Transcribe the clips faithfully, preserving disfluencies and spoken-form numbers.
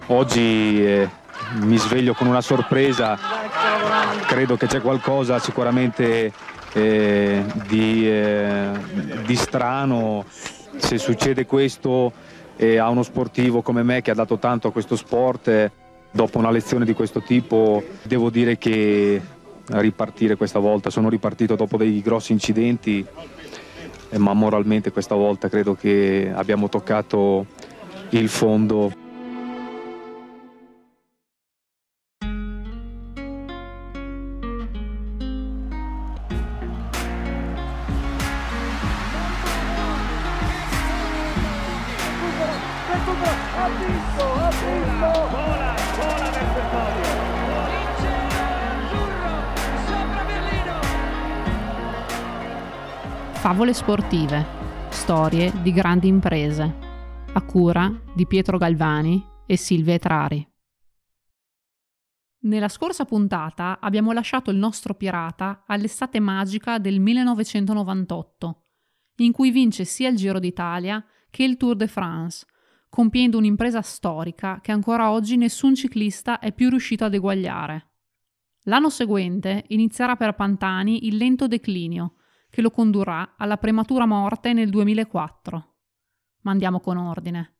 Oggi eh, mi sveglio con una sorpresa, credo che c'è qualcosa sicuramente eh, di, eh, di strano se succede questo eh, a uno sportivo come me che ha dato tanto a questo sport. Eh, dopo una lezione di questo tipo devo dire che ripartire questa volta, sono ripartito dopo dei grossi incidenti, eh, ma moralmente questa volta credo che abbiamo toccato il fondo. Ha vinto, ha vinto! Vola, vola verso il podio! Vince l'azzurro sopra Berlino! Favole sportive, storie di grandi imprese, a cura di Pietro Galvani e Silvia Etrari. Nella scorsa puntata abbiamo lasciato il nostro pirata all'estate magica del millenovecentonovantotto, in cui vince sia il Giro d'Italia che il Tour de France, compiendo un'impresa storica che ancora oggi nessun ciclista è più riuscito ad eguagliare. L'anno seguente inizierà per Pantani il lento declinio, che lo condurrà alla prematura morte nel duemilaquattro. Ma andiamo con ordine.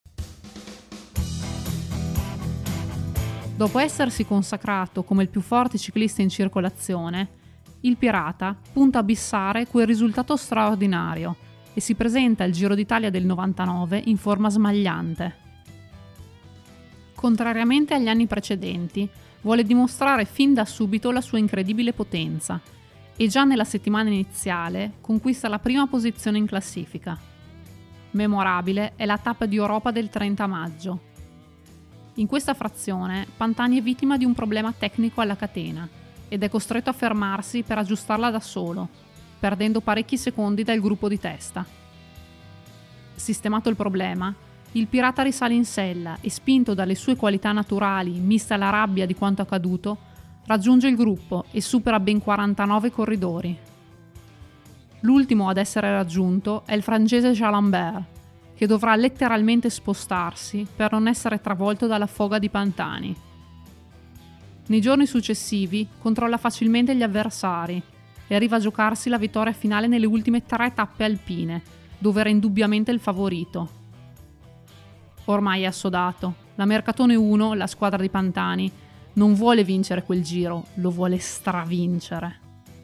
Dopo essersi consacrato come il più forte ciclista in circolazione, il pirata punta a bissare quel risultato straordinario e si presenta al Giro d'Italia del novantanove in forma smagliante. Contrariamente agli anni precedenti, vuole dimostrare fin da subito la sua incredibile potenza e già nella settimana iniziale conquista la prima posizione in classifica. Memorabile è la tappa di Europa del trenta maggio. In questa frazione Pantani è vittima di un problema tecnico alla catena ed è costretto a fermarsi per aggiustarla da solo, perdendo parecchi secondi dal gruppo di testa. Sistemato il problema, il pirata risale in sella e, spinto dalle sue qualità naturali, miste alla rabbia di quanto accaduto, raggiunge il gruppo e supera ben quarantanove corridori. L'ultimo ad essere raggiunto è il francese Jalambert, che dovrà letteralmente spostarsi per non essere travolto dalla foga di Pantani. Nei giorni successivi controlla facilmente gli avversari e arriva a giocarsi la vittoria finale nelle ultime tre tappe alpine, dove era indubbiamente il favorito. Ormai è assodato. La Mercatone uno, la squadra di Pantani, non vuole vincere quel giro, lo vuole stravincere.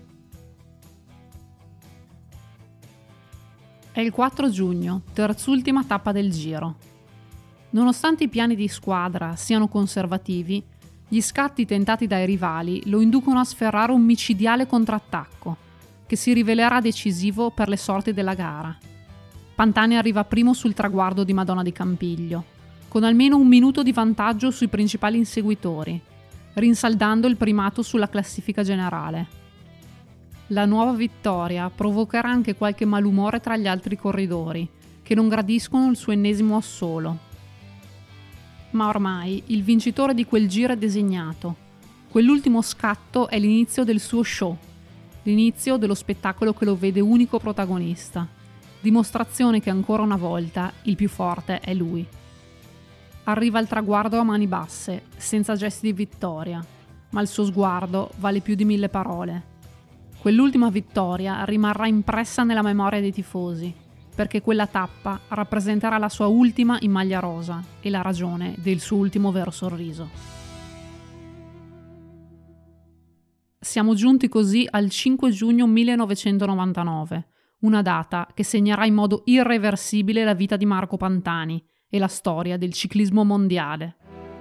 È il quattro giugno, terzultima tappa del giro. Nonostante i piani di squadra siano conservativi, gli scatti tentati dai rivali lo inducono a sferrare un micidiale contrattacco, che si rivelerà decisivo per le sorti della gara. Pantani arriva primo sul traguardo di Madonna di Campiglio, con almeno un minuto di vantaggio sui principali inseguitori, rinsaldando il primato sulla classifica generale. La nuova vittoria provocherà anche qualche malumore tra gli altri corridori, che non gradiscono il suo ennesimo assolo. Ma ormai il vincitore di quel giro è designato. Quell'ultimo scatto è l'inizio del suo show, l'inizio dello spettacolo che lo vede unico protagonista, dimostrazione che ancora una volta il più forte è lui. Arriva al traguardo a mani basse, senza gesti di vittoria, ma il suo sguardo vale più di mille parole. Quell'ultima vittoria rimarrà impressa nella memoria dei tifosi, perché quella tappa rappresenterà la sua ultima in maglia rosa e la ragione del suo ultimo vero sorriso. Siamo giunti così al cinque giugno millenovecentonovantanove, una data che segnerà in modo irreversibile la vita di Marco Pantani e la storia del ciclismo mondiale.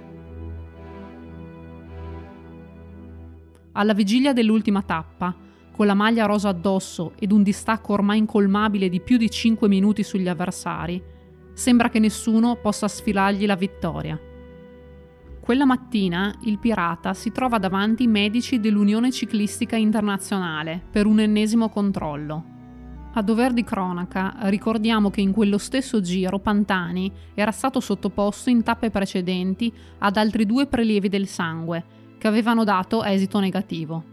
Alla vigilia dell'ultima tappa, con la maglia rosa addosso ed un distacco ormai incolmabile di più di cinque minuti sugli avversari, sembra che nessuno possa sfilargli la vittoria. Quella mattina il pirata si trova davanti i medici dell'Unione Ciclistica Internazionale per un ennesimo controllo. A dover di cronaca, ricordiamo che in quello stesso giro Pantani era stato sottoposto in tappe precedenti ad altri due prelievi del sangue, che avevano dato esito negativo.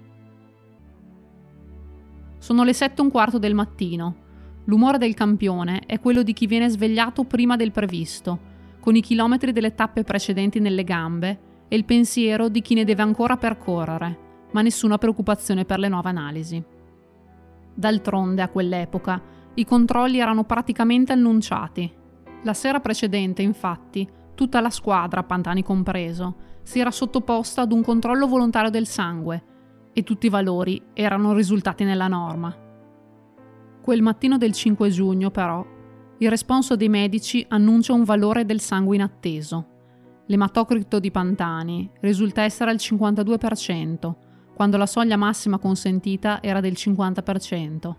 Sono le sette e un quarto del mattino. L'umore del campione è quello di chi viene svegliato prima del previsto, con i chilometri delle tappe precedenti nelle gambe e il pensiero di chi ne deve ancora percorrere, ma nessuna preoccupazione per le nuove analisi. D'altronde, a quell'epoca, i controlli erano praticamente annunciati. La sera precedente, infatti, tutta la squadra, Pantani compreso, si era sottoposta ad un controllo volontario del sangue e tutti i valori erano risultati nella norma. Quel mattino del cinque giugno, però, il responso dei medici annuncia un valore del sangue inatteso. L'ematocrito di Pantani risulta essere al cinquantadue per cento, quando la soglia massima consentita era del cinquanta per cento.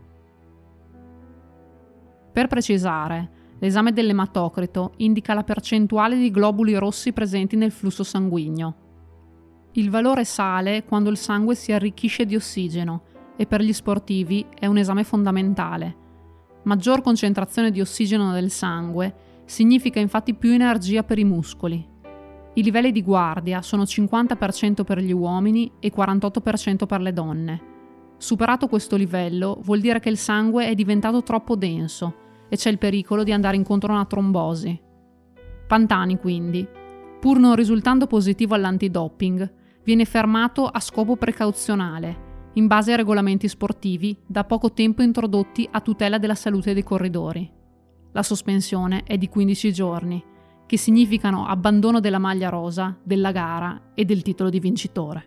Per precisare, l'esame dell'ematocrito indica la percentuale di globuli rossi presenti nel flusso sanguigno. Il valore sale quando il sangue si arricchisce di ossigeno e per gli sportivi è un esame fondamentale. Maggior concentrazione di ossigeno nel sangue significa infatti più energia per i muscoli. I livelli di guardia sono cinquanta per cento per gli uomini e quarantotto per cento per le donne. Superato questo livello vuol dire che il sangue è diventato troppo denso e c'è il pericolo di andare incontro a una trombosi. Pantani, quindi, pur non risultando positivo all'antidoping, viene fermato a scopo precauzionale, in base ai regolamenti sportivi da poco tempo introdotti a tutela della salute dei corridori. La sospensione è di quindici giorni, che significano abbandono della maglia rosa, della gara e del titolo di vincitore.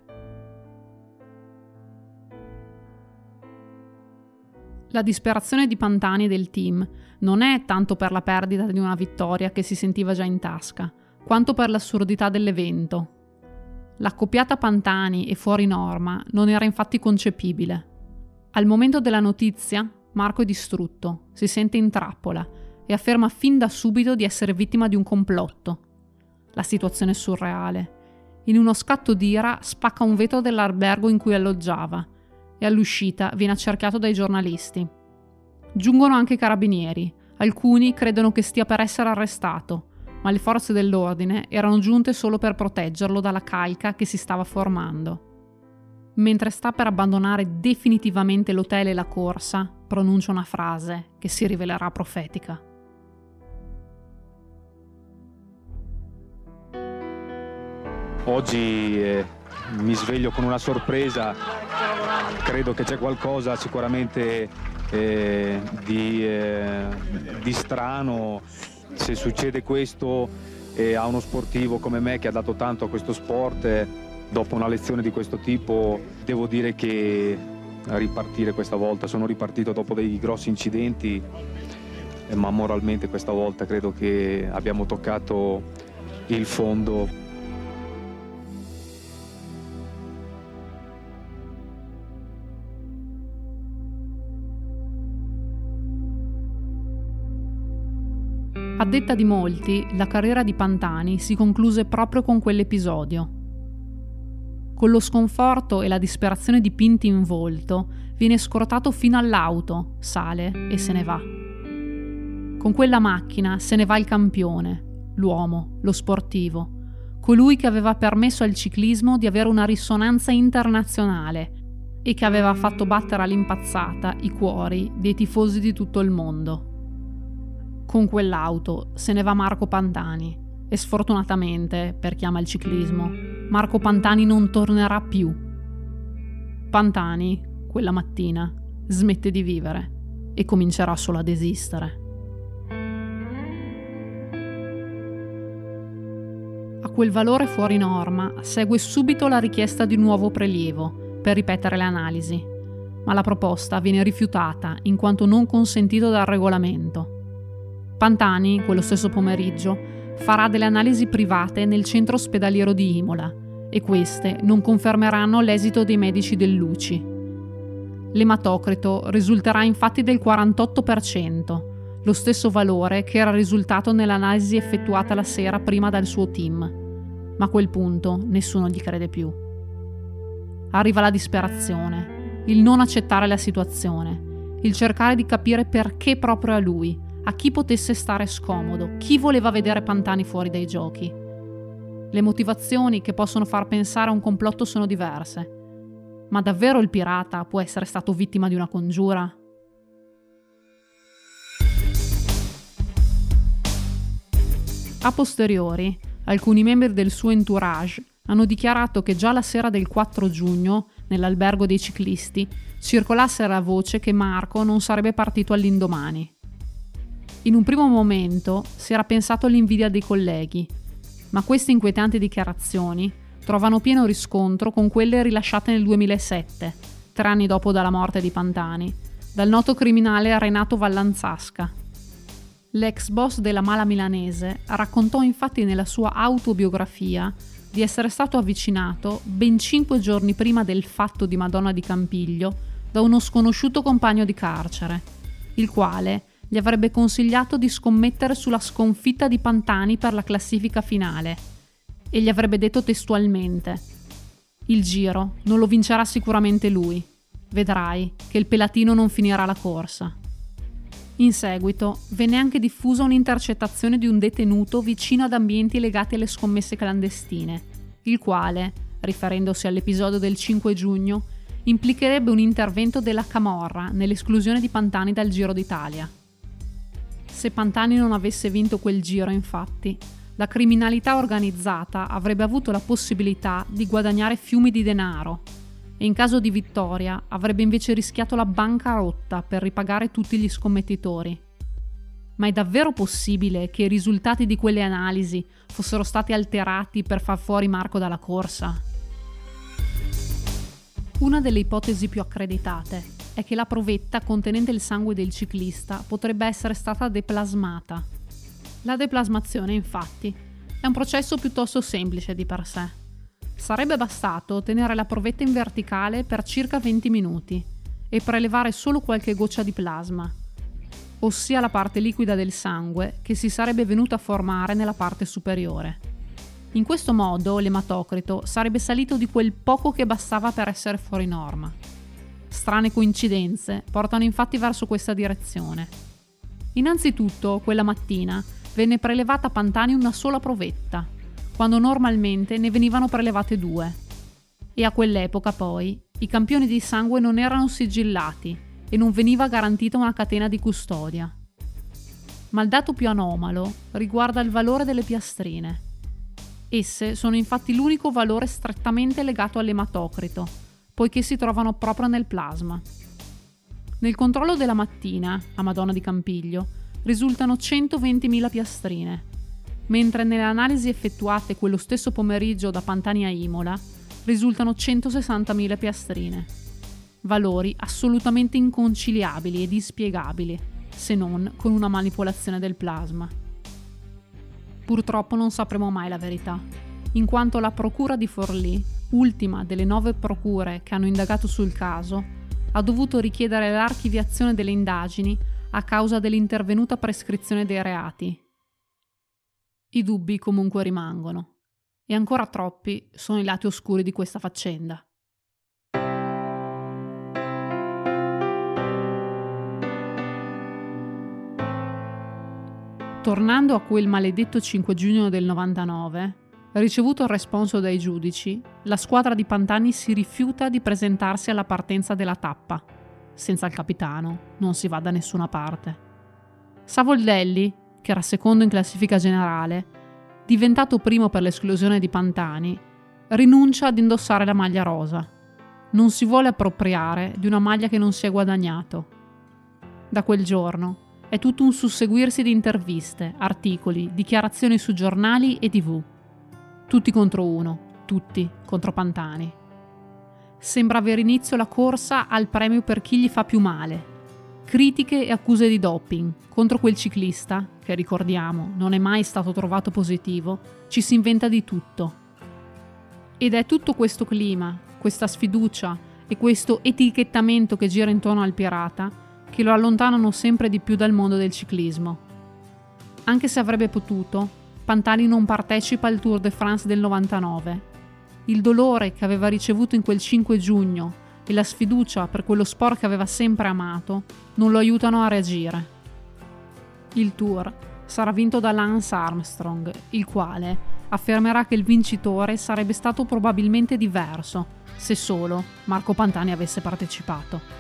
La disperazione di Pantani e del team non è tanto per la perdita di una vittoria che si sentiva già in tasca, quanto per l'assurdità dell'evento. L'accoppiata Pantani e fuori norma non era infatti concepibile. Al momento della notizia, Marco è distrutto, si sente in trappola e afferma fin da subito di essere vittima di un complotto. La situazione è surreale. In uno scatto d'ira spacca un vetro dell'albergo in cui alloggiava e all'uscita viene accerchiato dai giornalisti. Giungono anche i carabinieri. Alcuni credono che stia per essere arrestato, ma le forze dell'ordine erano giunte solo per proteggerlo dalla calca che si stava formando. Mentre sta per abbandonare definitivamente l'hotel e la corsa, pronuncia una frase che si rivelerà profetica. Oggi eh, mi sveglio con una sorpresa, credo che c'è qualcosa sicuramente eh, di, eh, di strano. Se succede questo eh, a uno sportivo come me che ha dato tanto a questo sport, eh, dopo una lezione di questo tipo, devo dire che ripartire questa volta, sono ripartito dopo dei grossi incidenti, eh, ma moralmente questa volta credo che abbiamo toccato il fondo. A detta di molti, la carriera di Pantani si concluse proprio con quell'episodio. Con lo sconforto e la disperazione dipinti in volto, viene scortato fino all'auto, sale e se ne va. Con quella macchina se ne va il campione, l'uomo, lo sportivo, colui che aveva permesso al ciclismo di avere una risonanza internazionale e che aveva fatto battere all'impazzata i cuori dei tifosi di tutto il mondo. Con quell'auto se ne va Marco Pantani e sfortunatamente, per chi ama il ciclismo, Marco Pantani non tornerà più. Pantani, quella mattina, smette di vivere e comincerà solo ad esistere. A quel valore fuori norma segue subito la richiesta di un nuovo prelievo per ripetere le analisi, ma la proposta viene rifiutata in quanto non consentito dal regolamento. Pantani, quello stesso pomeriggio, farà delle analisi private nel centro ospedaliero di Imola e queste non confermeranno l'esito dei medici dell'U C I. L'ematocrito risulterà infatti del quarantotto per cento, lo stesso valore che era risultato nell'analisi effettuata la sera prima dal suo team, ma a quel punto nessuno gli crede più. Arriva la disperazione, il non accettare la situazione, il cercare di capire perché proprio a lui, a chi potesse stare scomodo, chi voleva vedere Pantani fuori dai giochi. Le motivazioni che possono far pensare a un complotto sono diverse, ma davvero il pirata può essere stato vittima di una congiura? A posteriori, alcuni membri del suo entourage hanno dichiarato che già la sera del quattro giugno, nell'albergo dei ciclisti, circolasse la voce che Marco non sarebbe partito all'indomani. In un primo momento si era pensato all'invidia dei colleghi, ma queste inquietanti dichiarazioni trovano pieno riscontro con quelle rilasciate nel duemilasette, tre anni dopo dalla morte di Pantani, dal noto criminale Renato Vallanzasca. L'ex boss della mala milanese raccontò infatti nella sua autobiografia di essere stato avvicinato ben cinque giorni prima del fatto di Madonna di Campiglio da uno sconosciuto compagno di carcere, il quale gli avrebbe consigliato di scommettere sulla sconfitta di Pantani per la classifica finale e gli avrebbe detto testualmente: «Il Giro non lo vincerà sicuramente lui, vedrai che il pelatino non finirà la corsa». In seguito venne anche diffusa un'intercettazione di un detenuto vicino ad ambienti legati alle scommesse clandestine, il quale, riferendosi all'episodio del cinque giugno, implicherebbe un intervento della Camorra nell'esclusione di Pantani dal Giro d'Italia. Se Pantani non avesse vinto quel Giro, infatti, la criminalità organizzata avrebbe avuto la possibilità di guadagnare fiumi di denaro e in caso di vittoria avrebbe invece rischiato la bancarotta per ripagare tutti gli scommettitori. Ma è davvero possibile che i risultati di quelle analisi fossero stati alterati per far fuori Marco dalla corsa? Una delle ipotesi più accreditate è che la provetta contenente il sangue del ciclista potrebbe essere stata deplasmata. La deplasmazione, infatti, è un processo piuttosto semplice di per sé. Sarebbe bastato tenere la provetta in verticale per circa venti minuti e prelevare solo qualche goccia di plasma, ossia la parte liquida del sangue che si sarebbe venuta a formare nella parte superiore. In questo modo l'ematocrito sarebbe salito di quel poco che bastava per essere fuori norma. Strane coincidenze portano infatti verso questa direzione. Innanzitutto, quella mattina venne prelevata a Pantani una sola provetta, quando normalmente ne venivano prelevate due. E a quell'epoca poi i campioni di sangue non erano sigillati e non veniva garantita una catena di custodia. Ma il dato più anomalo riguarda il valore delle piastrine. Esse sono infatti l'unico valore strettamente legato all'ematocrito, poiché si trovano proprio nel plasma. Nel controllo della mattina, a Madonna di Campiglio, risultano centoventimila piastrine, mentre nelle analisi effettuate quello stesso pomeriggio da Pantani a Imola risultano centosessantamila piastrine. Valori assolutamente inconciliabili ed inspiegabili, se non con una manipolazione del plasma. Purtroppo non sapremo mai la verità, in quanto la procura di Forlì, ultima delle nove procure che hanno indagato sul caso, ha dovuto richiedere l'archiviazione delle indagini a causa dell'intervenuta prescrizione dei reati. I dubbi comunque rimangono, e ancora troppi sono i lati oscuri di questa faccenda. Tornando a quel maledetto cinque giugno del novantanove, ricevuto il responso dai giudici, la squadra di Pantani si rifiuta di presentarsi alla partenza della tappa. Senza il capitano non si va da nessuna parte. Savoldelli, che era secondo in classifica generale, diventato primo per l'esclusione di Pantani, rinuncia ad indossare la maglia rosa. Non si vuole appropriare di una maglia che non si è guadagnato. Da quel giorno è tutto un susseguirsi di interviste, articoli, dichiarazioni su giornali e tivù. Tutti contro uno, tutti contro Pantani. Sembra avere inizio la corsa al premio per chi gli fa più male. Critiche e accuse di doping contro quel ciclista, che ricordiamo non è mai stato trovato positivo, ci si inventa di tutto. Ed è tutto questo clima, questa sfiducia e questo etichettamento che gira intorno al pirata che lo allontanano sempre di più dal mondo del ciclismo. Anche se avrebbe potuto, Pantani non partecipa al Tour de France del novantanove. Il dolore che aveva ricevuto in quel cinque giugno e la sfiducia per quello sport che aveva sempre amato non lo aiutano a reagire. Il Tour sarà vinto da Lance Armstrong, il quale affermerà che il vincitore sarebbe stato probabilmente diverso se solo Marco Pantani avesse partecipato.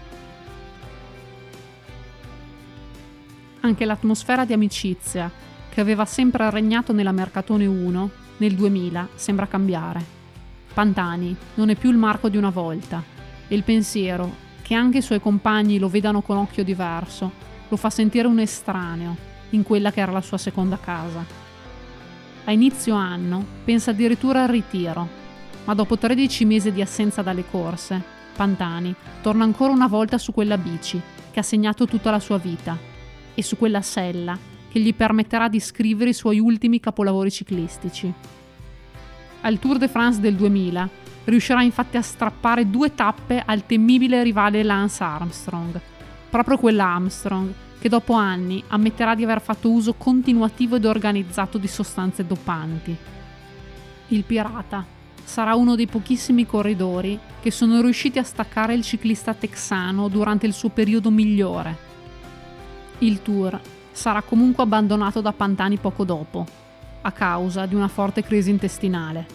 Anche l'atmosfera di amicizia che aveva sempre regnato nella Mercatone uno, nel duemila sembra cambiare. Pantani non è più il Marco di una volta e il pensiero che anche i suoi compagni lo vedano con occhio diverso lo fa sentire un estraneo in quella che era la sua seconda casa. A inizio anno pensa addirittura al ritiro, ma dopo tredici mesi di assenza dalle corse, Pantani torna ancora una volta su quella bici che ha segnato tutta la sua vita e su quella sella che gli permetterà di scrivere i suoi ultimi capolavori ciclistici. Al Tour de France del duemila riuscirà infatti a strappare due tappe al temibile rivale Lance Armstrong, proprio quell'Armstrong che dopo anni ammetterà di aver fatto uso continuativo ed organizzato di sostanze dopanti. Il pirata sarà uno dei pochissimi corridori che sono riusciti a staccare il ciclista texano durante il suo periodo migliore. Il Tour sarà comunque abbandonato da Pantani poco dopo, a causa di una forte crisi intestinale.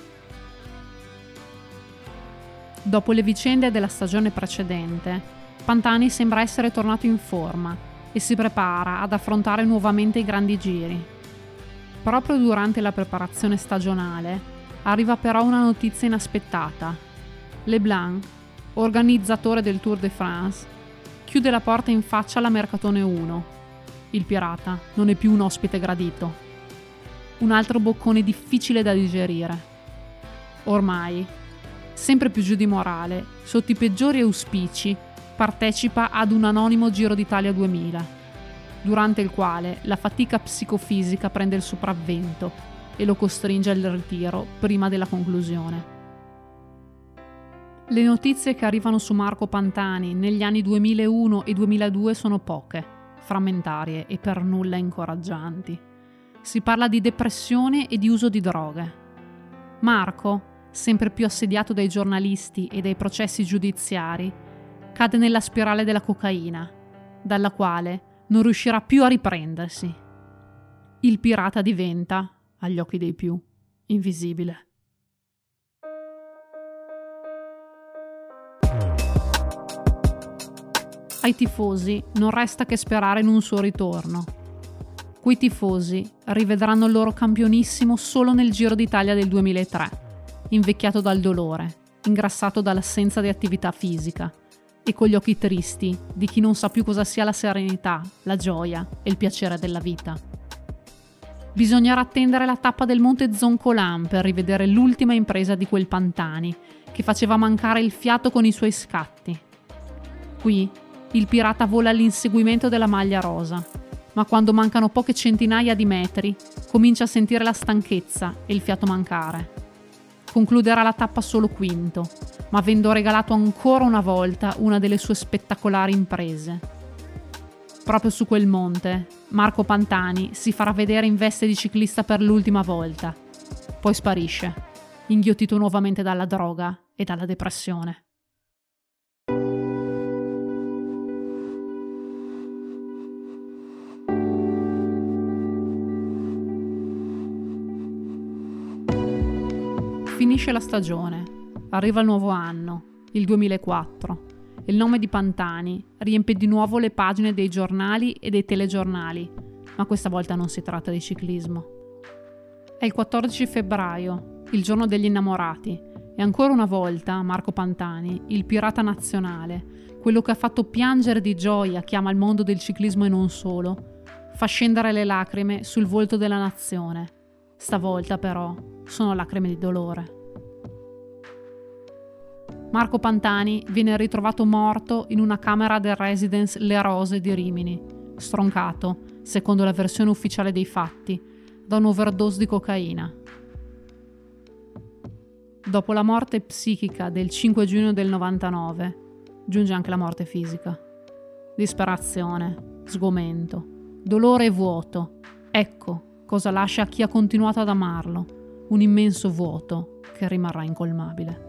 Dopo le vicende della stagione precedente, Pantani sembra essere tornato in forma e si prepara ad affrontare nuovamente i grandi giri. Proprio durante la preparazione stagionale arriva però una notizia inaspettata. Leblanc, organizzatore del Tour de France, chiude la porta in faccia alla Mercatone uno. Il pirata non è più un ospite gradito. Un altro boccone difficile da digerire. Ormai, sempre più giù di morale, sotto i peggiori auspici, partecipa ad un anonimo Giro d'Italia duemila, durante il quale la fatica psicofisica prende il sopravvento e lo costringe al ritiro prima della conclusione. Le notizie che arrivano su Marco Pantani negli anni duemilauno e duemiladue sono poche, frammentarie e per nulla incoraggianti. Si parla di depressione e di uso di droghe. Marco, sempre più assediato dai giornalisti e dai processi giudiziari, cade nella spirale della cocaina, dalla quale non riuscirà più a riprendersi. Il pirata diventa, agli occhi dei più, invisibile. Ai tifosi non resta che sperare in un suo ritorno. Quei tifosi rivedranno il loro campionissimo solo nel Giro d'Italia del duemilatré, invecchiato dal dolore, ingrassato dall'assenza di attività fisica e con gli occhi tristi di chi non sa più cosa sia la serenità, la gioia e il piacere della vita. Bisognerà attendere la tappa del Monte Zoncolan per rivedere l'ultima impresa di quel Pantani che faceva mancare il fiato con i suoi scatti. Qui il pirata vola all'inseguimento della maglia rosa, ma quando mancano poche centinaia di metri comincia a sentire la stanchezza e il fiato mancare. Concluderà la tappa solo quinto, ma avendo regalato ancora una volta una delle sue spettacolari imprese. Proprio su quel monte, Marco Pantani si farà vedere in veste di ciclista per l'ultima volta. Poi sparisce, inghiottito nuovamente dalla droga e dalla depressione. Finisce la stagione, arriva il nuovo anno, il duemilaquattro, e il nome di Pantani riempie di nuovo le pagine dei giornali e dei telegiornali, ma questa volta non si tratta di ciclismo. È il quattordici febbraio, il giorno degli innamorati, e ancora una volta Marco Pantani, il pirata nazionale, quello che ha fatto piangere di gioia chi ama il mondo del ciclismo e non solo, fa scendere le lacrime sul volto della nazione. Stavolta però sono lacrime di dolore. Marco Pantani viene ritrovato morto in una camera del residence Le Rose di Rimini, stroncato, secondo la versione ufficiale dei fatti, da un'overdose di cocaina. Dopo la morte psichica del cinque giugno del novantanove, giunge anche la morte fisica. Disperazione, sgomento, dolore e vuoto. Ecco cosa lascia a chi ha continuato ad amarlo, un immenso vuoto che rimarrà incolmabile.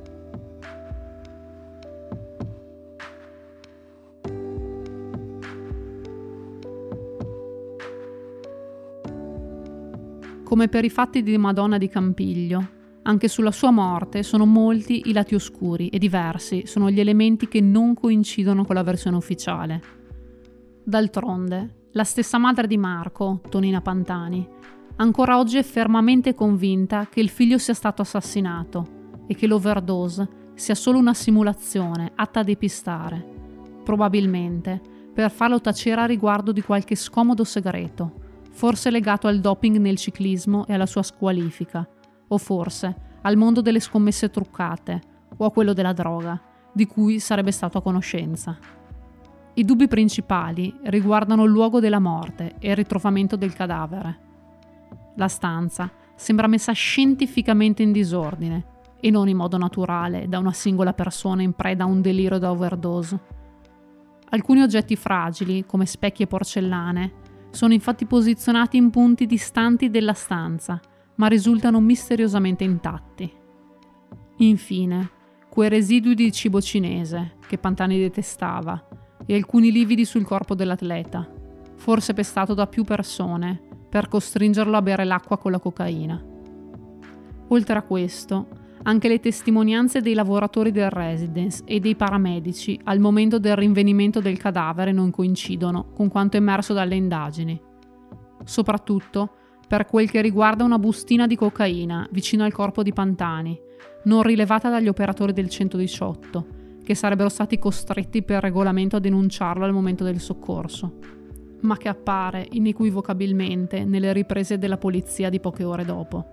Come per i fatti di Madonna di Campiglio, anche sulla sua morte sono molti i lati oscuri e diversi sono gli elementi che non coincidono con la versione ufficiale. D'altronde, La stessa madre di Marco, Tonina Pantani, ancora oggi è fermamente convinta che il figlio sia stato assassinato e che l'overdose sia solo una simulazione atta a depistare, probabilmente per farlo tacere a riguardo di qualche scomodo segreto, forse legato al doping nel ciclismo e alla sua squalifica, o forse al mondo delle scommesse truccate o a quello della droga, di cui sarebbe stato a conoscenza. I dubbi principali riguardano il luogo della morte e il ritrovamento del cadavere. La stanza sembra messa scientificamente in disordine e non in modo naturale da una singola persona in preda a un delirio da overdose. Alcuni oggetti fragili, come specchi e porcellane, sono infatti posizionati in punti distanti della stanza, ma risultano misteriosamente intatti. Infine, quei residui di cibo cinese che Pantani detestava e alcuni lividi sul corpo dell'atleta, forse pestato da più persone per costringerlo a bere l'acqua con la cocaina. Oltre a questo, anche le testimonianze dei lavoratori del residence e dei paramedici al momento del rinvenimento del cadavere non coincidono con quanto emerso dalle indagini. Soprattutto per quel che riguarda una bustina di cocaina vicino al corpo di Pantani, non rilevata dagli operatori del centodiciotto, che sarebbero stati costretti per regolamento a denunciarlo al momento del soccorso, ma che appare inequivocabilmente nelle riprese della polizia di poche ore dopo.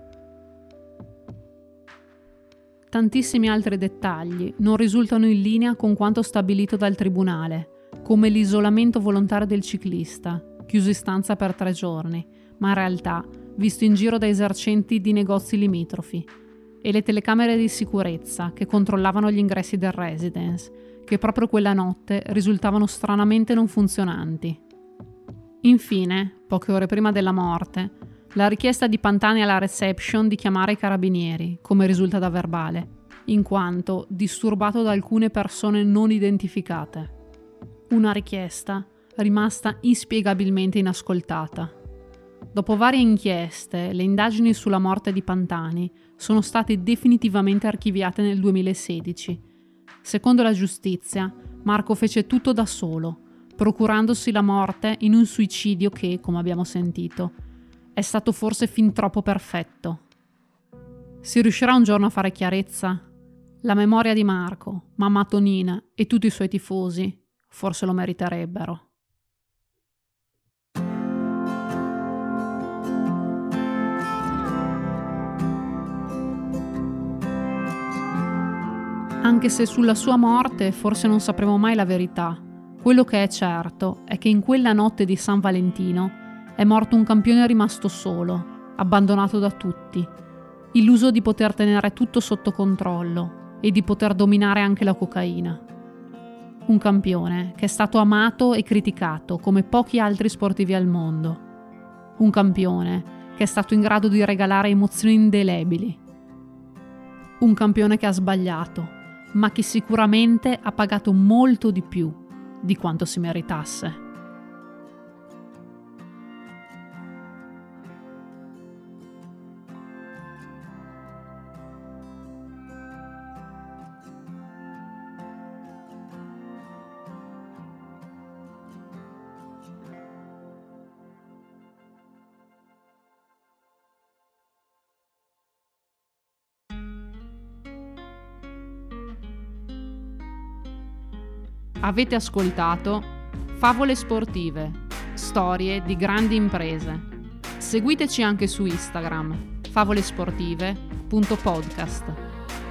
Tantissimi altri dettagli non risultano in linea con quanto stabilito dal tribunale, come l'isolamento volontario del ciclista, chiuso in stanza per tre giorni, ma in realtà visto in giro da esercenti di negozi limitrofi, e le telecamere di sicurezza che controllavano gli ingressi del residence, che proprio quella notte risultavano stranamente non funzionanti. Infine, poche ore prima della morte, la richiesta di Pantani alla reception di chiamare i carabinieri, come risulta da verbale, in quanto disturbato da alcune persone non identificate. Una richiesta rimasta inspiegabilmente inascoltata. Dopo varie inchieste, le indagini sulla morte di Pantani sono state definitivamente archiviate nel duemilasedici. Secondo la giustizia, Marco fece tutto da solo, procurandosi la morte in un suicidio che, come abbiamo sentito, è stato forse fin troppo perfetto. Si riuscirà un giorno a fare chiarezza? La memoria di Marco, mamma Tonina e tutti i suoi tifosi forse lo meriterebbero. Anche se sulla sua morte forse non sapremo mai la verità, quello che è certo è che in quella notte di San Valentino è morto un campione rimasto solo, abbandonato da tutti, illuso di poter tenere tutto sotto controllo e di poter dominare anche la cocaina. Un campione che è stato amato e criticato come pochi altri sportivi al mondo. Un campione che è stato in grado di regalare emozioni indelebili. Un campione che ha sbagliato, ma che sicuramente ha pagato molto di più di quanto si meritasse. Avete ascoltato Favole sportive, storie di grandi imprese. Seguiteci anche su Instagram, favolesportive punto podcast.